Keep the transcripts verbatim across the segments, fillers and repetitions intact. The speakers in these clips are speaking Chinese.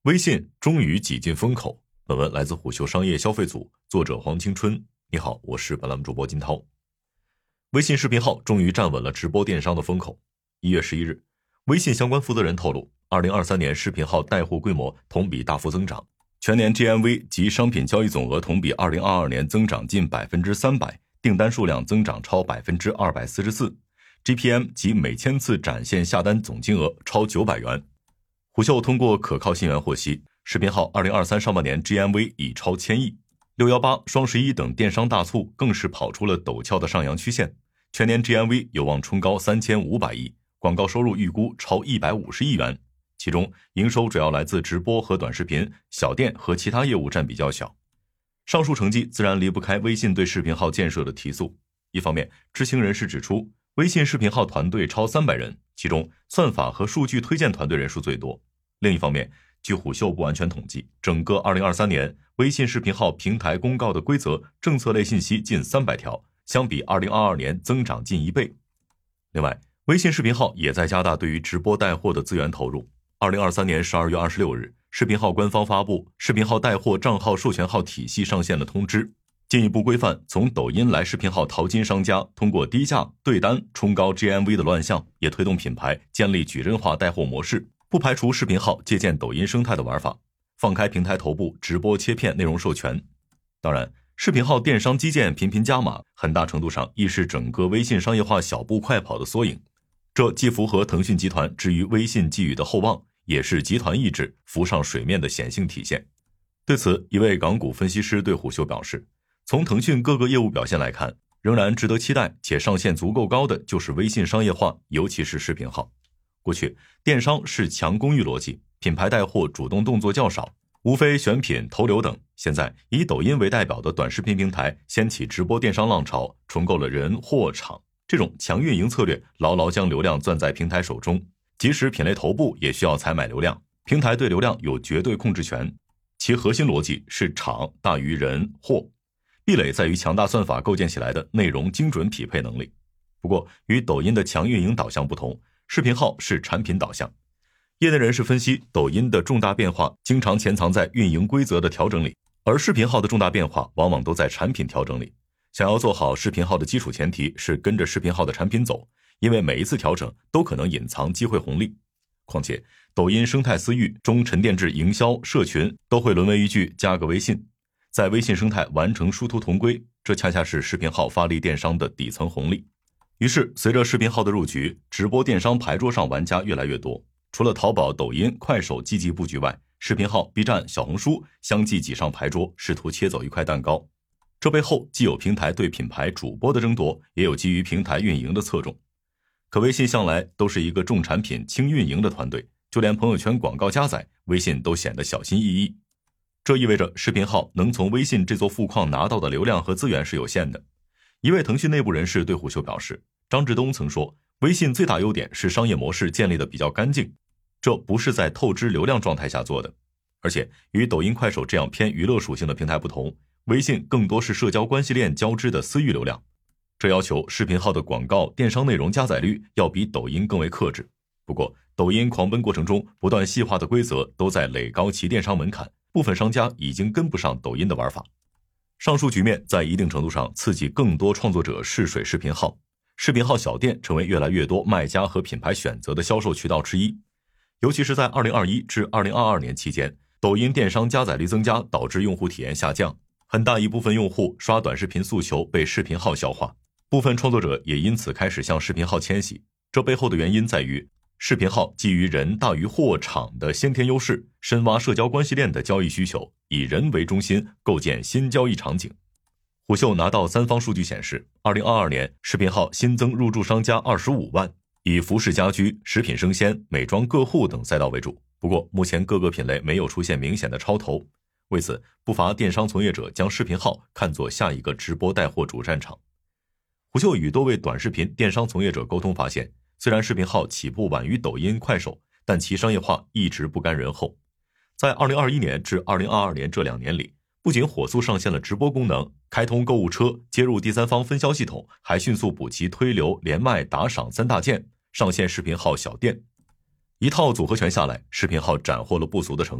微信终于挤进风口。本文来自虎嗅商业消费组，作者黄青春。你好，我是本栏目主播金涛。微信视频号终于站稳了直播电商的风口。一月十一日，微信相关负责人透露，二零二三年视频号带货规模同比大幅增长，全年 G M V 及商品交易总额同比二零二二年增长近 百分之三百， 订单数量增长超 百分之二百四十四， G P M 及每千次展现下单总金额超九百元。虎嗅通过可靠信源获悉，视频号二零二三上半年 G M V 已超千亿，六一八、双十一等电商大促更是跑出了陡峭的上扬曲线，全年 G M V 有望冲高三千五百亿，广告收入预估超一百五十亿元，其中营收主要来自直播和短视频，小店和其他业务占比较小。上述成绩自然离不开微信对视频号建设的提速。一方面，知情人士指出，微信视频号团队超三百人，其中算法和数据推荐团队人数最多。另一方面，据虎嗅不完全统计，整个二零二三年微信视频号平台公告的规则政策类信息近三百条，相比二零二二年增长近一倍。另外，微信视频号也在加大对于直播带货的资源投入。二零二三年十二月二十六日，视频号官方发布视频号带货账号授权号体系上线了通知，进一步规范从抖音来视频号淘金商家通过低价对单冲高 G M V 的乱象，也推动品牌建立矩阵化带货模式，不排除视频号借鉴抖音生态的玩法，放开平台头部直播切片内容授权。当然，视频号电商基建频频加码，很大程度上亦是整个微信商业化小步快跑的缩影。这既符合腾讯集团至于微信寄予的厚望，也是集团意志浮上水面的显性体现。对此，一位港股分析师对虎嗅表示，从腾讯各个业务表现来看，仍然值得期待且上限足够高的就是微信商业化，尤其是视频号。过去电商是强公域逻辑，品牌带货主动动作较少，无非选品、投流等。现在以抖音为代表的短视频平台掀起直播电商浪潮，重构了人、货、场，这种强运营策略牢牢将流量攥在平台手中，即使品类头部也需要采买流量，平台对流量有绝对控制权。其核心逻辑是场大于人、货，壁垒在于强大算法构建起来的内容精准匹配能力。不过与抖音的强运营导向不同，视频号是产品导向。业内人士分析，抖音的重大变化经常潜藏在运营规则的调整里，而视频号的重大变化往往都在产品调整里。想要做好视频号的基础前提是跟着视频号的产品走，因为每一次调整都可能隐藏机会红利。况且抖音生态私域中沉淀至营销、社群都会沦为一句加个微信，在微信生态完成殊途同归，这恰恰是视频号发力电商的底层红利。于是随着视频号的入局，直播电商牌桌上玩家越来越多。除了淘宝、抖音、快手积极布局外，视频号、B 站、小红书相继挤上牌桌，试图切走一块蛋糕。这背后既有平台对品牌主播的争夺，也有基于平台运营的侧重。可微信向来都是一个重产品轻运营的团队，就连朋友圈广告加载，微信都显得小心翼翼。这意味着视频号能从微信这座富矿拿到的流量和资源是有限的。一位腾讯内部人士对虎嗅表示，张志东曾说，微信最大优点是商业模式建立的比较干净，这不是在透支流量状态下做的。而且与抖音、快手这样偏娱乐属性的平台不同，微信更多是社交关系链交织的私域流量，这要求视频号的广告、电商内容加载率要比抖音更为克制。不过抖音狂奔过程中不断细化的规则都在垒高其电商门槛，部分商家已经跟不上抖音的玩法。上述局面在一定程度上刺激更多创作者试水视频号，视频号小店成为越来越多卖家和品牌选择的销售渠道之一。尤其是在二零二一至二零二二年期间，抖音电商加载率增加导致用户体验下降，很大一部分用户刷短视频诉求被视频号消化，部分创作者也因此开始向视频号迁徙。这背后的原因在于视频号基于人大于货场的先天优势，深挖社交关系链的交易需求，以人为中心构建新交易场景。虎嗅拿到三方数据显示，二零二二年视频号新增入驻商家二十五万，以服饰家居、食品生鲜、美妆个护等赛道为主。不过目前各个品类没有出现明显的超投，为此不乏电商从业者将视频号看作下一个直播带货主战场。虎嗅与多位短视频电商从业者沟通发现，虽然视频号起步晚于抖音、快手，但其商业化一直不甘人后。在二零二一年至二零二二年这两年里，不仅火速上线了直播功能，开通购物车，接入第三方分销系统，还迅速补齐推流、连麦、打赏三大件，上线视频号小店。一套组合拳下来，视频号斩获了不俗的成绩。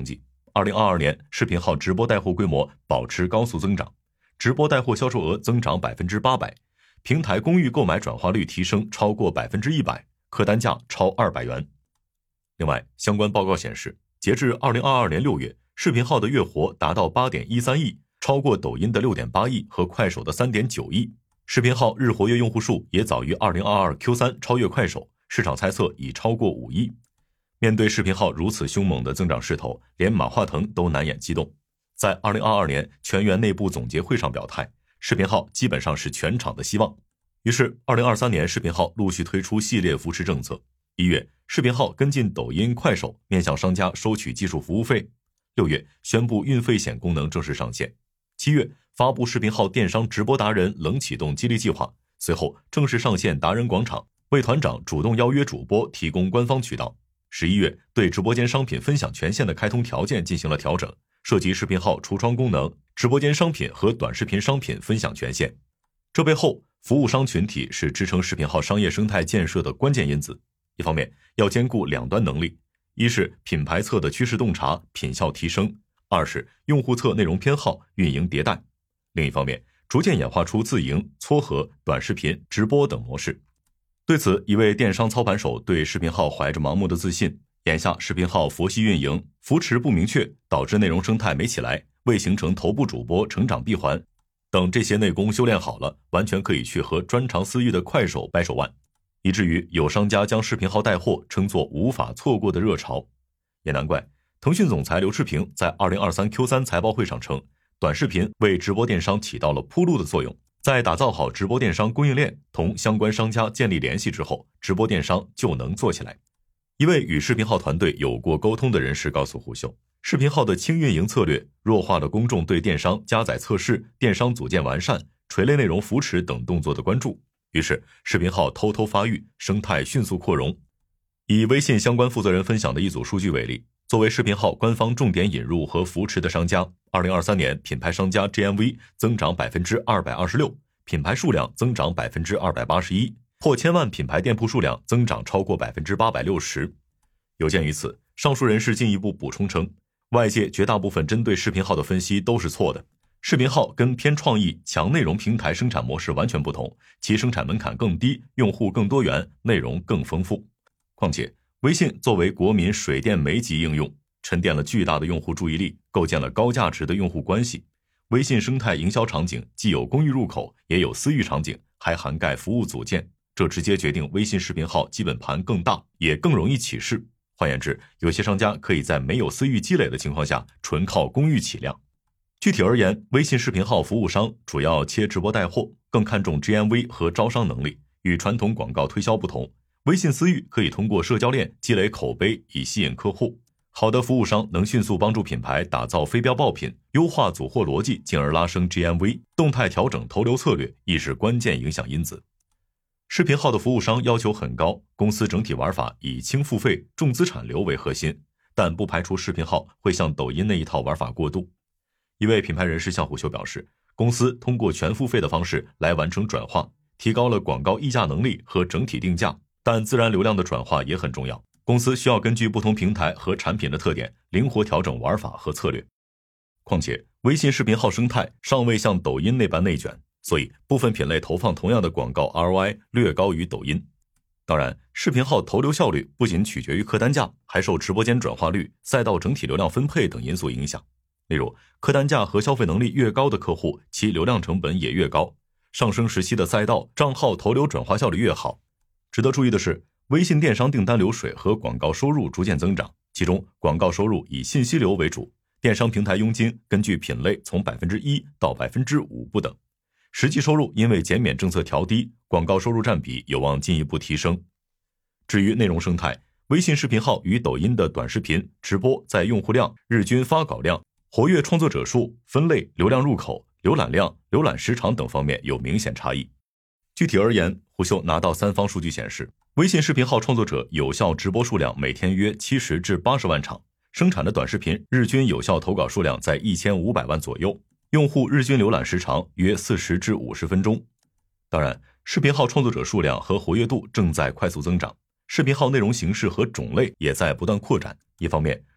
二零二二年视频号直播带货规模保持高速增长，直播带货销售额增长百分之八百，平台公域购买转化率提升超过百分之一百，客单价超二百元。另外，相关报告显示，截至二零二二年六月，视频号的月活达到八点一三亿，超过抖音的六点八亿和快手的三点九亿。视频号日活跃用户数也早于二零二二 Q 三 超越快手，市场猜测已超过五亿。面对视频号如此凶猛的增长势头，连马化腾都难掩激动。在二零二二年全员内部总结会上表态，视频号基本上是全场的希望。于是二零二三年视频号陆续推出系列扶持政策。一月，视频号跟进抖音、快手，面向商家收取技术服务费。六月，宣布运费险功能正式上线。七月，发布视频号电商直播达人冷启动激励计划，随后正式上线达人广场，为团长主动邀约主播提供官方渠道。十一月，对直播间商品分享权限的开通条件进行了调整，涉及视频号橱窗功能、直播间商品和短视频商品分享权限。这背后，服务商群体是支撑视频号商业生态建设的关键因子。一方面，要兼顾两端能力，一是品牌侧的趋势洞察、品效提升，二是用户侧内容偏好、运营迭代。另一方面，逐渐演化出自营、撮合、短视频、直播等模式。对此，一位电商操盘手对视频号怀着盲目的自信，眼下视频号佛系运营，扶持不明确，导致内容生态没起来，未形成头部主播成长闭环，等这些内功修炼好了，完全可以去和专长私域的快手掰手腕，以至于有商家将视频号带货称作无法错过的热潮。也难怪腾讯总裁刘炽平在二零二三 Q 三 财报会上称，短视频为直播电商起到了铺路的作用。在打造好直播电商供应链，同相关商家建立联系之后，直播电商就能做起来。一位与视频号团队有过沟通的人士告诉虎嗅，视频号的轻运营策略弱化了公众对电商加载测试、电商组件完善、垂类内容扶持等动作的关注，于是视频号偷偷发育，生态迅速扩容。以微信相关负责人分享的一组数据为例，作为视频号官方重点引入和扶持的商家，二零二三年品牌商家 G M V 增长 百分之二百二十六， 品牌数量增长 百分之二百八十一， 破千万品牌店铺数量增长超过 百分之八百六十。 有鉴于此，上述人士进一步补充称，外界绝大部分针对视频号的分析都是错的。视频号跟偏创意、强内容平台生产模式完全不同，其生产门槛更低，用户更多元，内容更丰富。况且微信作为国民水电煤级应用，沉淀了巨大的用户注意力，构建了高价值的用户关系。微信生态营销场景既有公域入口，也有私域场景，还涵盖服务组件，这直接决定微信视频号基本盘更大，也更容易起势。换言之，有些商家可以在没有私域积累的情况下，纯靠公域起量。具体而言，微信视频号服务商主要切直播带货，更看重 G M V 和招商能力，与传统广告推销不同。微信私域可以通过社交链积累口碑，以吸引客户。好的服务商能迅速帮助品牌打造非标爆品，优化组货逻辑，进而拉升 G M V， 动态调整投流策略亦是关键影响因子。视频号的服务商要求很高，公司整体玩法以轻付费、重资产流为核心，但不排除视频号会向抖音那一套玩法过渡。一位品牌人士向虎嗅表示，公司通过全付费的方式来完成转化，提高了广告溢价能力和整体定价，但自然流量的转化也很重要。公司需要根据不同平台和产品的特点，灵活调整玩法和策略。况且，微信视频号生态尚未像抖音那般内卷，所以部分品类投放同样的广告 R O I 略高于抖音。当然，视频号投流效率不仅取决于客单价，还受直播间转化率、赛道整体流量分配等因素影响。例如，客单价和消费能力越高的客户，其流量成本也越高。上升时期的赛道，账号投流转化效率越好。值得注意的是，微信电商订单流水和广告收入逐渐增长，其中广告收入以信息流为主，电商平台佣金根据品类从 百分之一 到 百分之五 不等。实际收入因为减免政策调低，广告收入占比有望进一步提升。至于内容生态，微信视频号与抖音的短视频、直播在用户量、日均发稿量、活跃创作者数、分类、流量入口、浏览量、浏览时长等方面有明显差异。具体而言，虎嗅拿到三方数据显示，微信视频号创作者有效直播数量每天约七十至八十万场，生产的短视频日均有效投稿数量在一千五百万左右，用户日均浏览时长约四十至五十分钟。当然，视频号创作者数量和活跃度正在快速增长，视频号内容形式和种类也在不断扩展。一方面，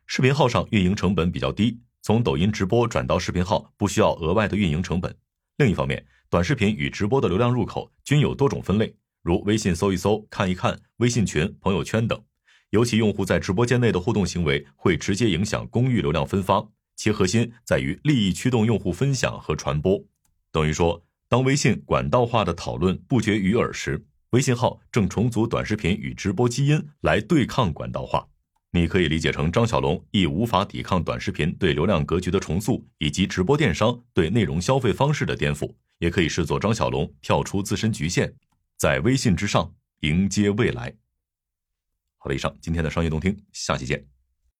视频号上运营成本比较低，从抖音直播转到视频号不需要额外的运营成本。另一方面，短视频与直播的流量入口均有多种分类，如微信搜一搜、看一看、微信群、朋友圈等。尤其用户在直播间内的互动行为会直接影响公域流量分发，其核心在于利益驱动用户分享和传播。等于说，当微信管道化的讨论不绝于耳时，微信号正重组短视频与直播基因来对抗管道化。你可以理解成张小龙亦无法抵抗短视频对流量格局的重塑，以及直播电商对内容消费方式的颠覆，也可以视作张小龙跳出自身局限，在微信之上迎接未来。好了，以上今天的商业动听，下期见。